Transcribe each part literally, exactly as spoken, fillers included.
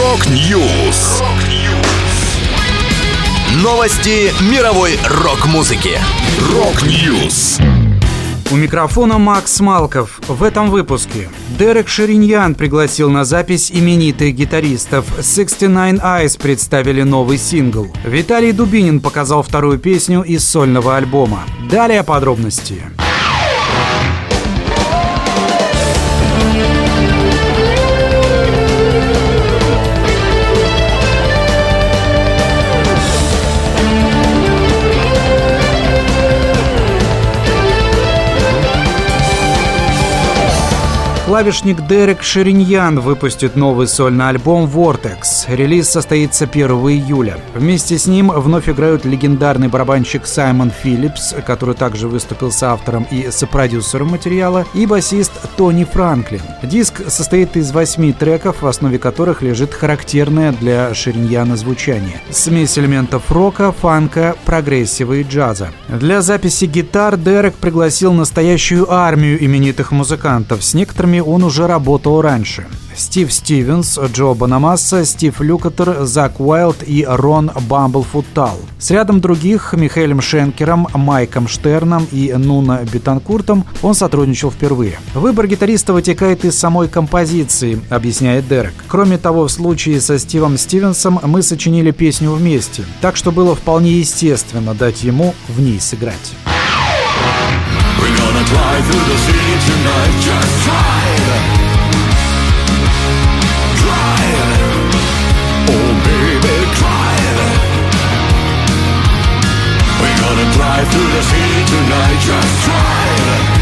Рок-Ньюс. Новости мировой рок-музыки. Рок-Ньюс. У микрофона Макс Малков. В этом выпуске Дерек Шариньян пригласил на запись именитых гитаристов. шестьдесят девять Eyes представили новый сингл. Виталий Дубинин показал вторую песню из сольного альбома. Далее подробности. Клавишник Дерек Шариньян выпустит новый сольный альбом «Vortex». Релиз состоится первого июля. Вместе с ним вновь играют легендарный барабанщик Саймон Филлипс, который также выступил с автором и сопродюсером материала, и басист Тони Франклин. Диск состоит из восьми треков, в основе которых лежит характерное для Шариньяна звучание. Смесь элементов рока, фанка, прогрессива и джаза. Для записи гитар Дерек пригласил настоящую армию именитых музыкантов. С некоторыми он уже работал раньше. Стив Стивенс, Джо Бонамасса, Стив Лукатер, Зак Уайлд и Рон Бамблфут Тал. С рядом других Михаэлем Шенкером, Майком Штерном и Нуно Бетанкуртом он сотрудничал впервые. Выбор гитариста вытекает из самой композиции, объясняет Дерек. Кроме того, в случае со Стивом Стивенсом мы сочинили песню вместе, так что было вполне естественно дать ему в ней сыграть. We're gonna fly through the city tonight, just try it. Try it. Oh baby, try it. We're gonna fly through the city tonight, just try it.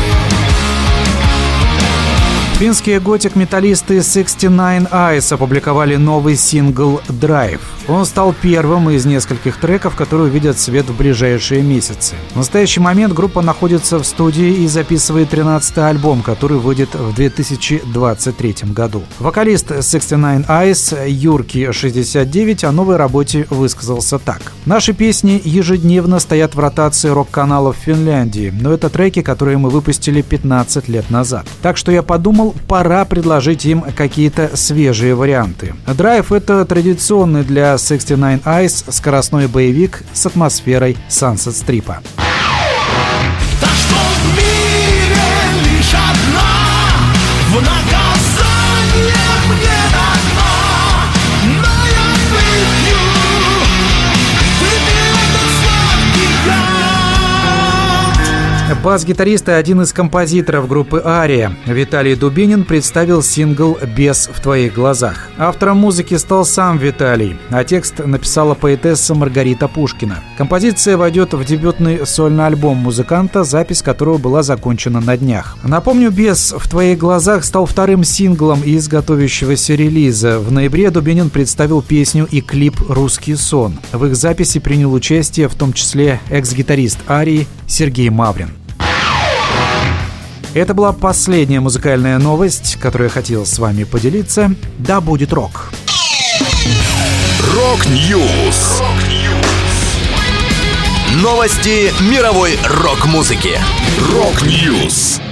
Финские готик-металлисты шестьдесят девять Eyes опубликовали новый сингл «Drive». Он стал первым из нескольких треков, которые увидят свет в ближайшие месяцы. В настоящий момент группа находится в студии и записывает тринадцатый альбом, который выйдет в две тысячи двадцать третьем году. Вокалист шестьдесят девять Eyes Юрки шестьдесят девять о новой работе высказался так. «Наши песни ежедневно стоят в ротации рок-каналов в Финляндии, но это треки, которые мы выпустили пятнадцать лет назад. Так что я подумал, пора предложить им какие-то свежие варианты. Drive — это традиционный для шестьдесят девять Eyes скоростной боевик с атмосферой Sunset Strip'а. Да что в мире лишь одна, в наказание мне дана, но я выпью, выпью этот сладкий яд. Бас-гитарист и один из композиторов группы «Ария» Виталий Дубинин представил сингл «Бес в твоих глазах». Автором музыки стал сам Виталий, а текст написала поэтесса Маргарита Пушкина. Композиция войдет в дебютный сольный альбом музыканта, запись которого была закончена на днях. Напомню, «Бес в твоих глазах» стал вторым синглом из готовящегося релиза. В ноябре Дубинин представил песню и клип «Русский сон». В их записи принял участие в том числе экс-гитарист «Арии» Сергей Маврин. Это была последняя музыкальная новость, которую я хотел с вами поделиться. Да будет рок! Рок-Ньюс. Новости мировой рок-музыки. Рок-Ньюс.